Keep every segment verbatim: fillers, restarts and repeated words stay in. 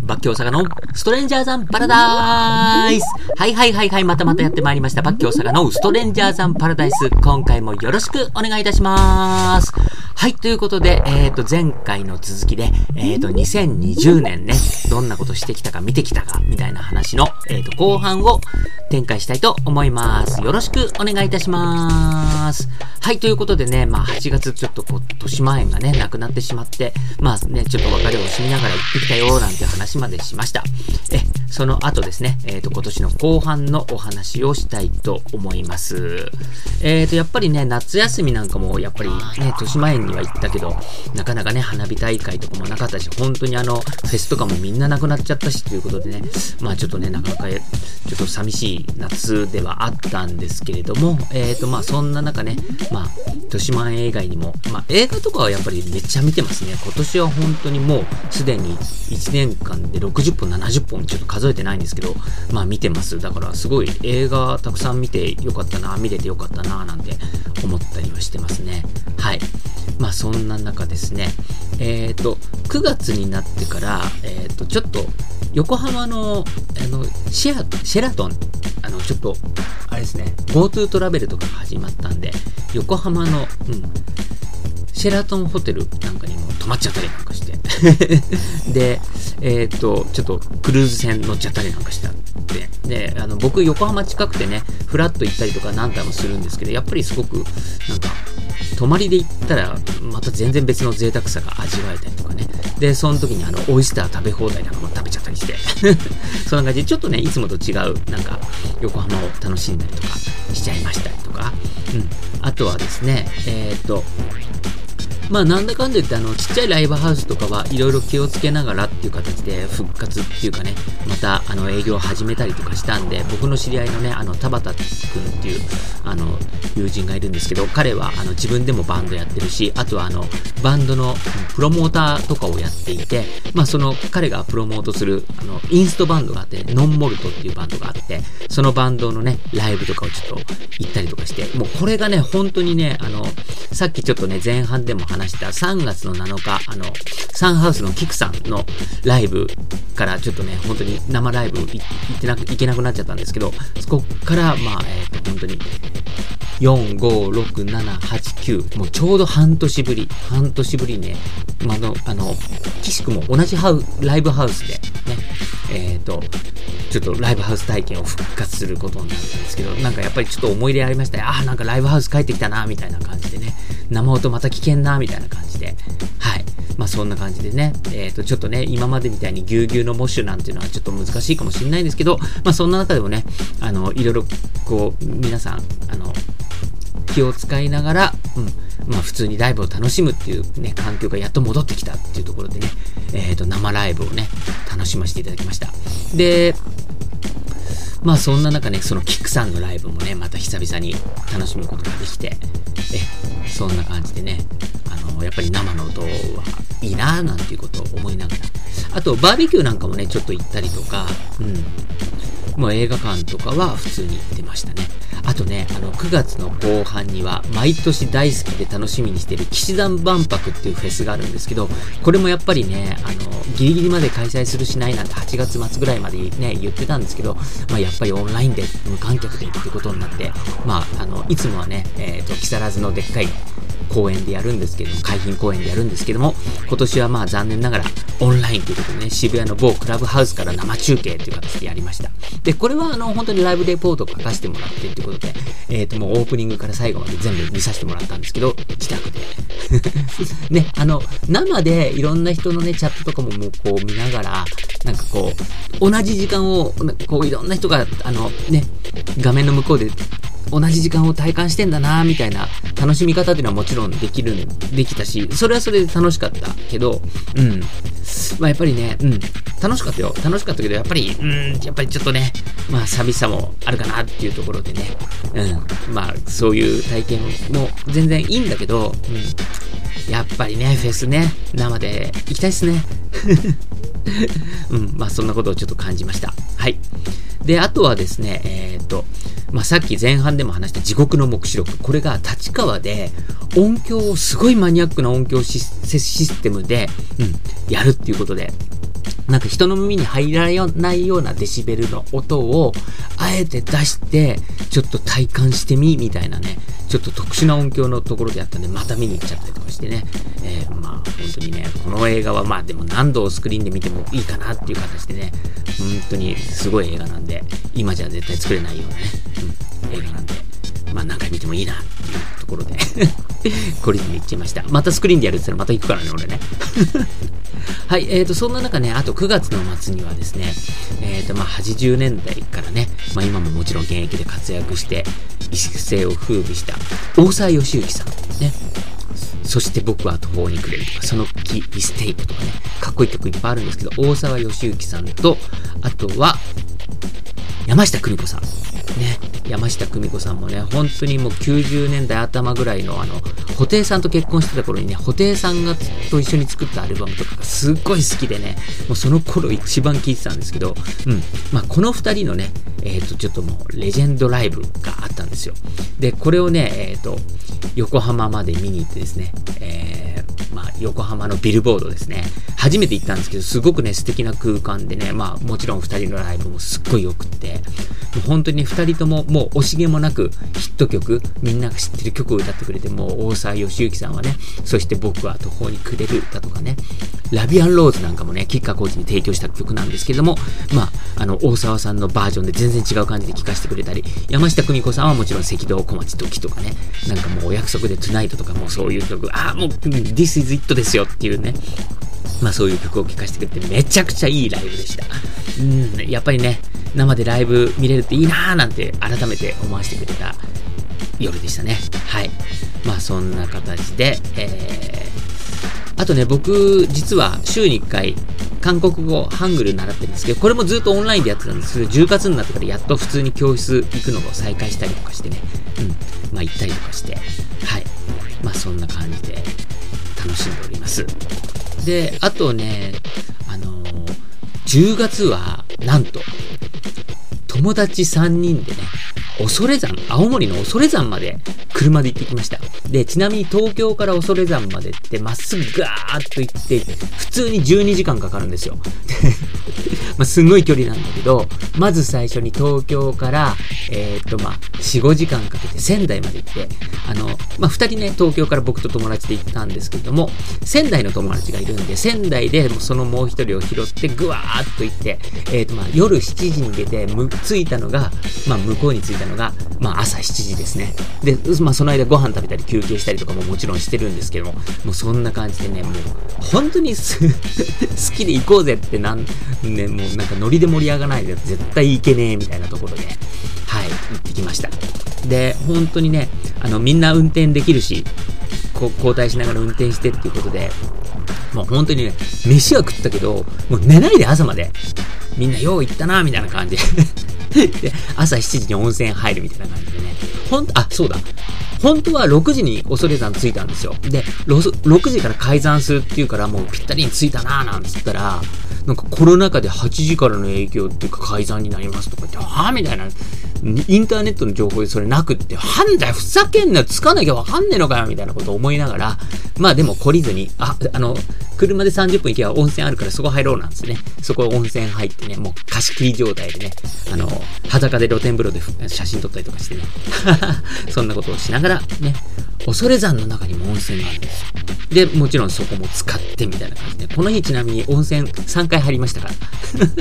バッキョ大阪のストレンジャーザンパラダイス。はいはいはいはい、またまたやってまいりました。バッキョ大阪のストレンジャーザンパラダイス。今回もよろしくお願いいたします。はい、ということで、えっと、前回の続きで、えっと、にせんにじゅうねんね、どんなことしてきたか見てきたか、みたいな話の、えっと、後半を展開したいと思います。よろしくお願いいたします。はい、ということでね、まあ、はちがつちょっとこう、豊島園がね、なくなってしまって、まあね、ちょっと別れを惜しみながら行ってきたよ、なんて話までしました。え、その後ですね、えっと、今年の後半のお話をしたいと思います。えっと、やっぱりね、夏休みなんかも、やっぱりね、豊島園には行ったけど、なかなかね、花火大会とかもなかったし、本当にあの、フェスとかもみんななくなっちゃったし、ということでね、まあちょっとね、なかなか、ちょっと寂しい夏ではあったんですけれども、えっと、まあそんな中ね、まあ、豊島園以外にも、まあ映画とかはやっぱりめっちゃ見てますね。今年は本当にもう、すでにいちねんかんでろくじゅっぽん、ななじゅっぽん、ちょっと数えてないんですけど、まあ見てます。だからすごい映画たくさん見てよかったな、見れてよかったな、なんて思ったりはしてますね。はい。まあそんな中ですね、えっと、くがつになってから、えっと、ちょっと、横浜の、あの、シェア、シェラトン、あの、ちょっと、あれですね、GoTo トラベルとかが始まったんで、横浜の、うん、シェラトンホテルなんかにも泊まっちゃったりなんかして、で、えっと、ちょっとクルーズ船乗っちゃったりなんかしたって、で、あの、僕、横浜近くてね、フラッと行ったりとか何回もするんですけど、やっぱりすごく、なんか、泊まりで行ったら、また全然別の贅沢さが味わえたりとかね。で、その時にあの、オイスター食べ放題なんかも食べちゃったりして。そんな感じで、ちょっとね、いつもと違う、なんか、横浜を楽しんだりとかしちゃいましたりとか。うん。あとはですね、えっと、まあなんだかんだ言ってあのちっちゃいライブハウスとかはいろいろ気をつけながらっていう形で復活っていうかね、またあの営業を始めたりとかしたんで、僕の知り合いのね、あの田畑くんっていうあの友人がいるんですけど、彼はあの自分でもバンドやってるし、あとはあのバンドのプロモーターとかをやっていて、まあその彼がプロモートするあのインストバンドがあって、ノンモルトっていうバンドがあって、そのバンドのねライブとかをちょっと行ったりとかして、もうこれがね本当にね、あのさっきちょっとね前半でも話したさんがつのなのか、あのサンハウスのキクさんのライブからちょっとね本当に生ライブ行ってなく行けなくなっちゃったんですけど、そこからまあえっと本当によん、ご、ろく、なな、はち、きゅう、もうちょうど半年ぶり、半年ぶりね、まあの、あの、岸くも同じハウ、ライブハウスで、ね、えっと、ちょっとライブハウス体験を復活することになったんですけど、なんかやっぱりちょっと思い入れありましたね。ああ、なんかライブハウス帰ってきたな、みたいな感じでね、生音また聞けんな、みたいな感じで、はい。まあそんな感じでね、えっと、ちょっとね、今までみたいにぎゅうぎゅうのモッシュなんていうのはちょっと難しいかもしれないんですけど、まあそんな中でもね、あの、いろいろ、こう、皆さん、あの、気を使いながら、うん、まあ普通にライブを楽しむっていうね、環境がやっと戻ってきたっていうところでね、えっと、生ライブをね、楽しませていただきました。で、まあそんな中ね、そのキックさんのライブもね、また久々に楽しむことができて、え、そんな感じでね、あの、やっぱり生の音はいいなぁなんていうことを思いながら、あとバーベキューなんかもね、ちょっと行ったりとか、うん、もう映画館とかは普通に行ってましたね。あとね、あの、くがつの後半には、毎年大好きで楽しみにしている騎士団万博っていうフェスがあるんですけど、これもやっぱりね、あの、ギリギリまで開催するしないなんてはちがつまつぐらいまでね、言ってたんですけど、まあやっぱりオンラインで、無観客でってことになって、まあ、あの、いつもはね、えっと、木更津のでっかい公園でやるんですけども、海浜公園でやるんですけども、今年はまあ残念ながらオンラインということでね、渋谷の某クラブハウスから生中継という形でやりました。で、これはあの、本当にライブレポートを書かせてもらってということで、えっと、もうオープニングから最後まで全部見させてもらったんですけど、自宅で。ね、あの、生でいろんな人のね、チャットとかももうこう見ながら、なんかこう、同じ時間を、こういろんな人が、あの、ね、画面の向こうで、同じ時間を体感してんだなみたいな楽しみ方っていうのはもちろんできる、できたし、それはそれで楽しかったけど、うん。まあやっぱりね、うん。楽しかったよ。楽しかったけど、やっぱり、うん、やっぱりちょっとね、まあ寂しさもあるかなっていうところでね、うん。まあそういう体験も全然いいんだけど、うん。やっぱりね、フェスね、生で行きたいっすね。うん。まあそんなことをちょっと感じました。はい。で、あとはですね、えーっと、まあ、さっき前半でも話した地獄の黙示録。これが立川で音響をすごいマニアックな音響システムで、うん、やるっていうことで、 なんか人の耳に入らないようなデシベルの音をあえて出してちょっと体感してみみたいなね、ちょっと特殊な音響のところでやったんで、また見に行っちゃったりとかしてね、えー、まあ本当にね、この映画はまあでも何度スクリーンで見てもいいかなっていう形でね、本当にすごい映画なんで、今じゃ絶対作れないようなね、うん、映画なんで、まあ何回見てもいいなっていうところで懲りずに行っちゃいました。またスクリーンでやるって言ったらまた行くからね、俺ねはい、えーと、そんな中ね、あとくがつの末にはですね、えーと、まあ、はちじゅうねんだいからね、まあ、今ももちろん現役で活躍して、一世を風靡した大沢良之さんね。そして僕は途方に暮れるとか、その木ミステイクとかね、かっこいい曲いっぱいあるんですけど、大沢良之さんと、あとは、山下久美子さん。ね、山下久美子さんもね、本当にもうきゅうじゅうねんだい頭ぐらいのあの、布袋さんと結婚してた頃にね、布袋さんがと一緒に作ったアルバムとかがすっごい好きでね、もうその頃一番聴いてたんですけど、うん。まあ、この二人のね、えっと、ちょっともうレジェンドライブがあったんですよ。で、これをね、えっと、横浜まで見に行ってですね、えー、まあ、横浜のビルボードですね。初めて行ったんですけど、すごくね、素敵な空間でね、まあ、もちろん二人のライブもすっごい良くって、もう本当に二人とももう惜しげもなくヒット曲、みんなが知ってる曲を歌ってくれて、もう大沢良之さんはね、そして僕は途方に暮れるだとかね、ラビアンローズなんかもね、吉川晃司に提供した曲なんですけれども、まあ、あの、大沢さんのバージョンで全然違う感じで聴かせてくれたり、山下久美子さんはもちろん赤道小町時とかね、なんかもうお約束でトゥナイトとかもうそういう曲、ああ、もう This is it ですよっていうね、まあそういう曲を聴かせてくれてめちゃくちゃいいライブでした。うん、やっぱりね、生でライブ見れるっていいなーなんて改めて思わせてくれた夜でしたね。はい。まあそんな形で、えー、あとね、僕実は週にいっかい韓国語ハングル習ってるんですけど、これもずっとオンラインでやってたんですけど、じゅうがつになってからやっと普通に教室行くのを再開したりとかしてね、うん、まあ行ったりとかして、はい。まあそんな感じで楽しんでおります。で、あとね、あのー、じゅうがつはなんと友達さんにんでね、恐山、青森の恐山まで車で行ってきました。で、ちなみに東京から恐山までってまっすぐガーッと行って、普通にじゅうにじかんかかるんですよ。まあ、すんごい距離なんだけど、まず最初に東京から、えー、っと、まあ、よん、ごじかんかけて仙台まで行って、あの、まあ、ふたりね、東京から僕と友達で行ったんですけれども、仙台の友達がいるんで、仙台でそのもう一人を拾って、ぐわーっと行って、えー、っと、まあ、夜しちじに出て、む、着いたのが、まあ、向こうに着いたのが、まあ、朝しちじですね。で、まあ、その間ご飯食べたり休憩したりとかももちろんしてるんですけども、もうそんな感じでね、もう、本当に好きで行こうぜってなん、ね、もうなんかノリで盛り上がらないで絶対行けねえみたいなところで、はい、行ってきました。で、本当にね、あの、みんな運転できるし、こ交代しながら運転してっていうことで、もう本当にね、飯は食ったけど、もう寝ないで朝まで、みんなよう行ったなみたいな感じで、で、朝しちじに温泉入るみたいな感じでね、ほん、あ、そうだ。本当はろくじに恐山着いたんですよ。で、ろくじから開山するっていうから、もうぴったりに着いたなーなんつったら、なんかコロナ禍ではちじからの影響っていうか開山になりますとか言って、はぁみたいな、インターネットの情報でそれなくって、なんだよ、ふざけんなよ、着かなきゃわかんねえのかよ、みたいなことを思いながら、まあでも懲りずに、あ、あの、車でさんじゅっぷん行けば温泉あるからそこ入ろうなんですね。そこ温泉入ってね、もう貸し切り状態でね、あの、裸で露天風呂で写真撮ったりとかしてね。そんなことをしながらね、恐山の中にも温泉があるんですよ。で、もちろんそこも使ってみたいな感じで、この日ちなみに温泉さんかい入りましたから。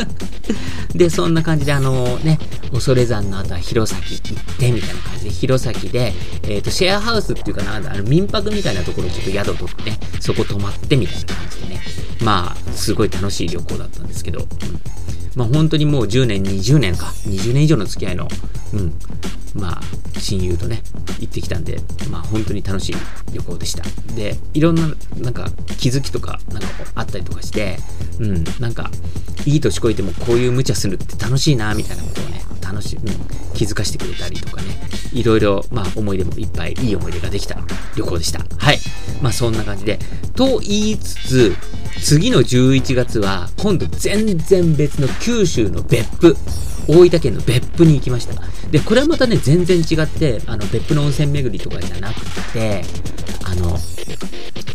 で、そんな感じであのね、恐山の後は弘前行ってみたいな感じで、弘前で、えっと、シェアハウスっていうかな、あの民泊みたいなところにちょっと宿を取ってね、そこ泊まってみたいな感じでね、まあ、すごい楽しい旅行だったんですけど、うん、まあ本当にもうじゅうねん、にじゅうねんか、にじゅうねん以上の付き合いの、うん、まあ、親友とね、行ってきたんで、まあ本当に楽しい旅行でした。で、いろんな、なんか気づきとか、なんかあったりとかして、うん、なんか、いい年こいてもこういう無茶するって楽しいな、みたいなことをね、楽しい、うん、気づかせてくれたりとかね、いろいろ、まあ思い出もいっぱい、いい思い出ができた旅行でした。はい。まあそんな感じで、と言いつつ、次のじゅういちがつは、今度全然別の九州の別府、大分県の別府に行きました。で、これはまたね、全然違って、あの、別府の温泉巡りとかじゃなくて、あの、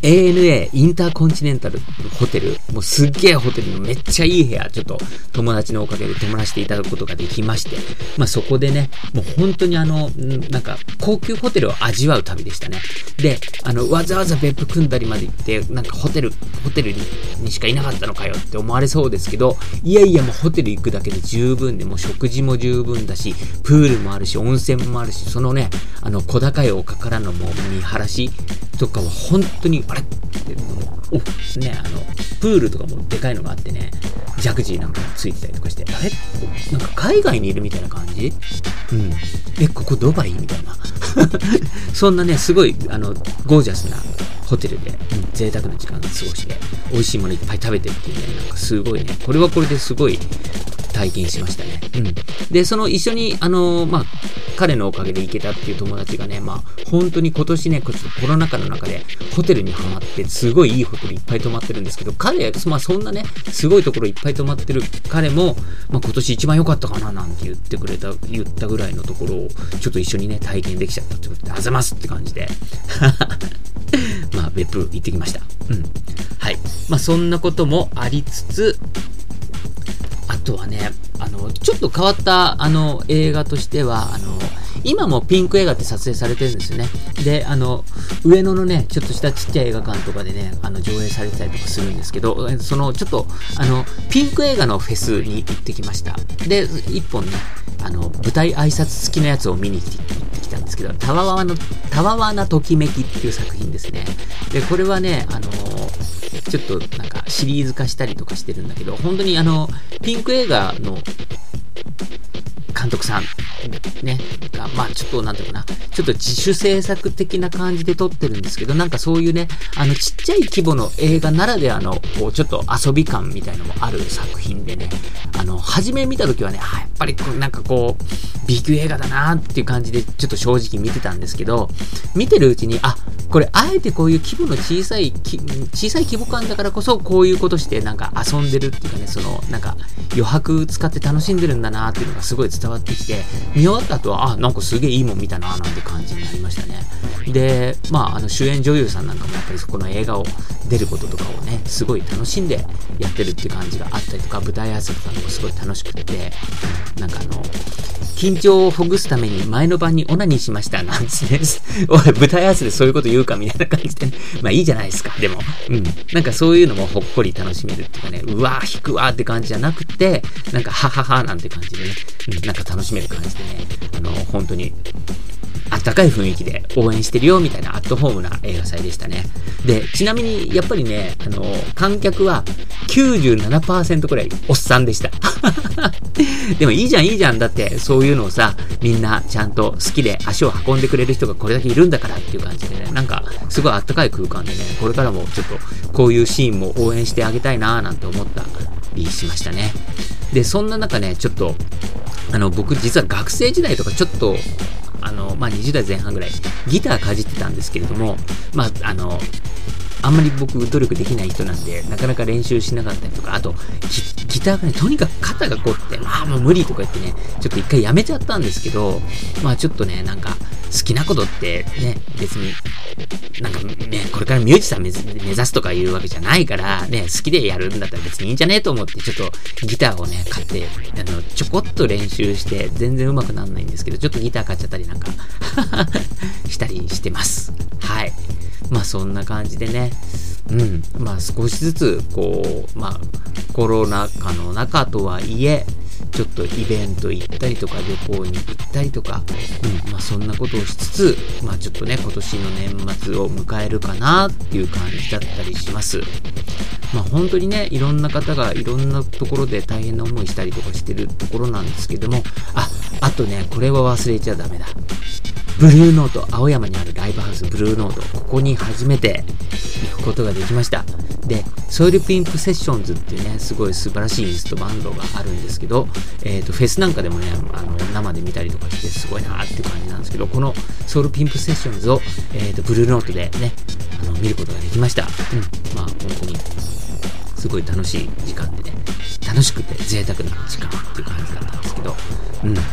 エーエヌエー インターコンチネンタルホテル、もうすっげえホテルのめっちゃいい部屋、ちょっと友達のおかげで泊まらせていただくことができまして、まあそこでね、もう本当にあの、なんか高級ホテルを味わう旅でしたね。で、あの、わざわざ別府組んだりまで行って、なんかホテル、ホテルにしかいなかったのかよって思われそうですけど、いやいやもうホテル行くだけで十分で、もう食事も十分だし、プールもあるし、温泉もあるし、そのね、あの、小高い丘からのもう見晴らしとかは本当に、あれおね、あのプールとかもでかいのがあってね、ジャグジーなんかもついてたりとかして、あれなんか海外にいるみたいな感じ。うん。え、ここドバイみたいな。そんなね、すごいあのゴージャスなホテルで、うん、贅沢な時間を過ごして、美味しいものいっぱい食べてっていうね、なんかすごいね、これはこれですごい体験しましたね。うん。で、その一緒に、あのー、まあ、彼のおかげで行けたっていう友達がね、まあ、本当に今年ね、コロナ禍の中でホテルにハマって、すごいいいホテルいっぱい泊まってるんですけど、彼、まあそんなね、すごいところいっぱい泊まってる彼も、まあ今年一番良かったかななんて言ってくれた、言ったぐらいのところを、ちょっと一緒にね、体験できちゃったってことで、あざますって感じで。まあ、別府行ってきました。うん。はい。まあそんなこともありつつ、あとはね、あの、ちょっと変わった、あの、映画としては、あの、今もピンク映画って撮影されてるんですよね。で、あの、上野のね、ちょっとしたちっちゃい映画館とかでね、あの、上映されてたりとかするんですけど、その、ちょっと、あの、ピンク映画のフェスに行ってきました。で、一本ね、あの、舞台挨拶付きのやつを見に行ってきたんですけど、たわわな、たわわなときめきっていう作品ですね。で、これはね、あの、ちょっとなんかシリーズ化したりとかしてるんだけど、本当にあの、ピンク映画の監督さんね、が、まあちょっとなんていうかな、ちょっと自主制作的な感じで撮ってるんですけど、なんかそういうね、あのちっちゃい規模の映画ならではの、こうちょっと遊び感みたいなのもある作品でね、あの、初め見た時はね、あ、やっぱりこうなんかこう、B 級映画だなっていう感じで、ちょっと正直見てたんですけど、見てるうちに、あ、これあえてこういう規模の小さい、小さい規模感だからこそ、こういうことしてなんか遊んでるっていうかね、その、なんか余白使って楽しんでるんだなっていうのがすごい伝わってきて、見終わった後は、あ、なんかすげえいいもん見たななんて感じになりましたね。で、まあ、あの主演女優さんなんかもやっぱりそこの映画を出ることとかをね、すごい楽しんでやってるっていう感じがあったりとか、舞台挨拶とかもすごい楽しくて、なんかあの、緊張をほぐすために前の晩にオナニーしましたなんてね、おい、舞台挨拶でそういうこと言うかみたいな感じで、ね、まあいいじゃないですか、でも。うん。なんかそういうのもほっこり楽しめるっていうかね、うわー、引くわーって感じじゃなくて、なんかはははなんて感じでね、うん、なんか楽しめる感じでね、あの、本当に、あったかい雰囲気で応援してるよみたいなアットホームな映画祭でしたね。で、ちなみにやっぱりね、あの、観客は きゅうじゅうななパーセント くらいおっさんでした。でもいいじゃんいいじゃん。だってそういうのをさ、みんなちゃんと好きで足を運んでくれる人がこれだけいるんだからっていう感じでね、なんかすごいあったかい空間でね、これからもちょっとこういうシーンも応援してあげたいなーなんて思ったりしましたね。で、そんな中ね、ちょっと、あの、僕実は学生時代とかちょっと、あの、まあ、にじゅう代前半ぐらい、ギターかじってたんですけれども、まあ、あの、あんまり僕努力できない人なんで、なかなか練習しなかったりとか、あと、ギ, ギターがね、とにかく肩が凝って、まあもう無理とか言ってね、ちょっと一回やめちゃったんですけど、まあちょっとね、なんか、好きなことってね、別に、なんかね、これからミュージシャン目指すとかいうわけじゃないから、ね、好きでやるんだったら別にいいんじゃねえと思って、ちょっとギターをね、買って、あの、ちょこっと練習して、全然上手くならないんですけど、ちょっとギター買っちゃったりなんか、したりしてます。はい。まあそんな感じでね、うん、まあ少しずつ、こう、まあ、コロナ禍の中とはいえ、ちょっとイベント行ったりとか旅行に行ったりとか、うん、まあそんなことをしつつ、まあちょっとね、今年の年末を迎えるかなっていう感じだったりします。まあ本当にね、いろんな方がいろんなところで大変な思いしたりとかしてるところなんですけども、あ、あとね、これは忘れちゃダメだ。ブルーノート、青山にあるライブハウスブルーノート、ここに初めて行くことができました。で、ソイルピンプセッションズっていうね、すごい素晴らしいインストバンドがあるんですけど、えっと、フェスなんかでもね、あの、生で見たりとかしてすごいなーっていう感じなんですけど、このソイルピンプセッションズを、えっと、ブルーノートでね、あの、見ることができました。うん。まあ、本当に、すごい楽しい時間でね、楽しくて贅沢な時間っていう感じだったんですけど、うん。ま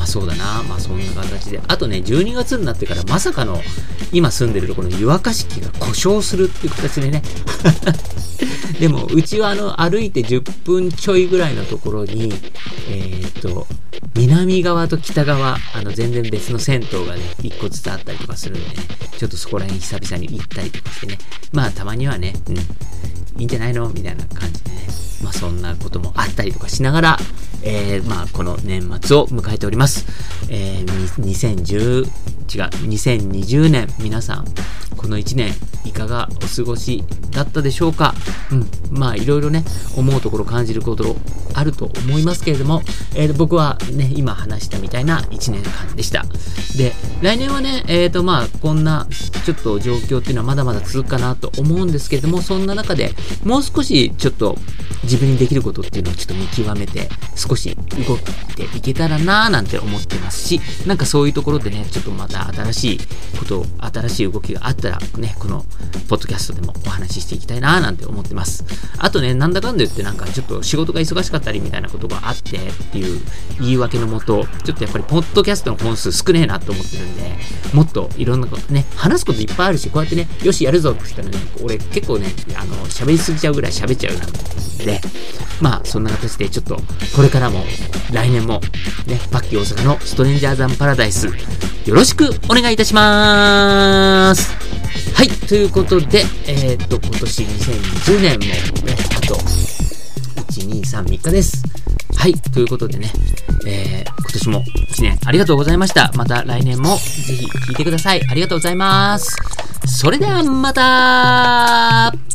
まあそうだな。まあそんな形で。あとね、じゅうにがつになってからまさかの、今住んでるところの湯沸かし器が故障するっていう形でね。でも、うちはあの、歩いてじゅっぷんちょいぐらいのところに、えーっと、南側と北側、あの、全然別の銭湯がね、一個ずつあったりとかするんでね、ちょっとそこら辺久々に行ったりとかしてね。まあ、たまにはね、うん、いいんじゃないのみたいな感じでね。まあ、そんなこともあったりとかしながら、えー、まあ、この年末を迎えております。えー、にせんじゅう、違う、にせんにじゅうねん、皆さん、このいちねん、いかがお過ごしだったでしょうか。うん。まあ、いろいろね、思うところ、感じることあると思いますけれども、えー、僕はね、今話したみたいないちねんかんでした。で、来年はね、えーと、まあ、こんな、ちょっと状況っていうのはまだまだ続くかなと思うんですけれども、そんな中でもう少しちょっと自分にできることっていうのをちょっと見極めて、少し動いていけたらなーなんて思ってますし、なんかそういうところでね、ちょっとまた新しいことを、新しい動きがあったらね、このポッドキャストでもお話ししていきたいなーなんて思ってます。あとね、なんだかんだ言ってなんかちょっと仕事が忙しかったりみたいなことがあってっていう言い訳のもと、ちょっとやっぱりポッドキャストの本数少ねえなと思ってるんで、もっといろんなことね、話すこといっぱいあるし、こうやってね、よしやるぞって言ったらね、俺結構ね、あの、喋りすぎちゃうぐらい喋っちゃうなので、まあそんな形でちょっとこれからも来年もね、パッキー大阪のストレンジャーザンパラダイスよろしくお願いいたしまーす。はい、ということで、えー、っと今年にせんにじゅうねんもね、あといち、に、さん、みっかです。はい、ということでね、えー、今年もいちねんありがとうございました。また来年もぜひ聞いてください。ありがとうございます。それではまた。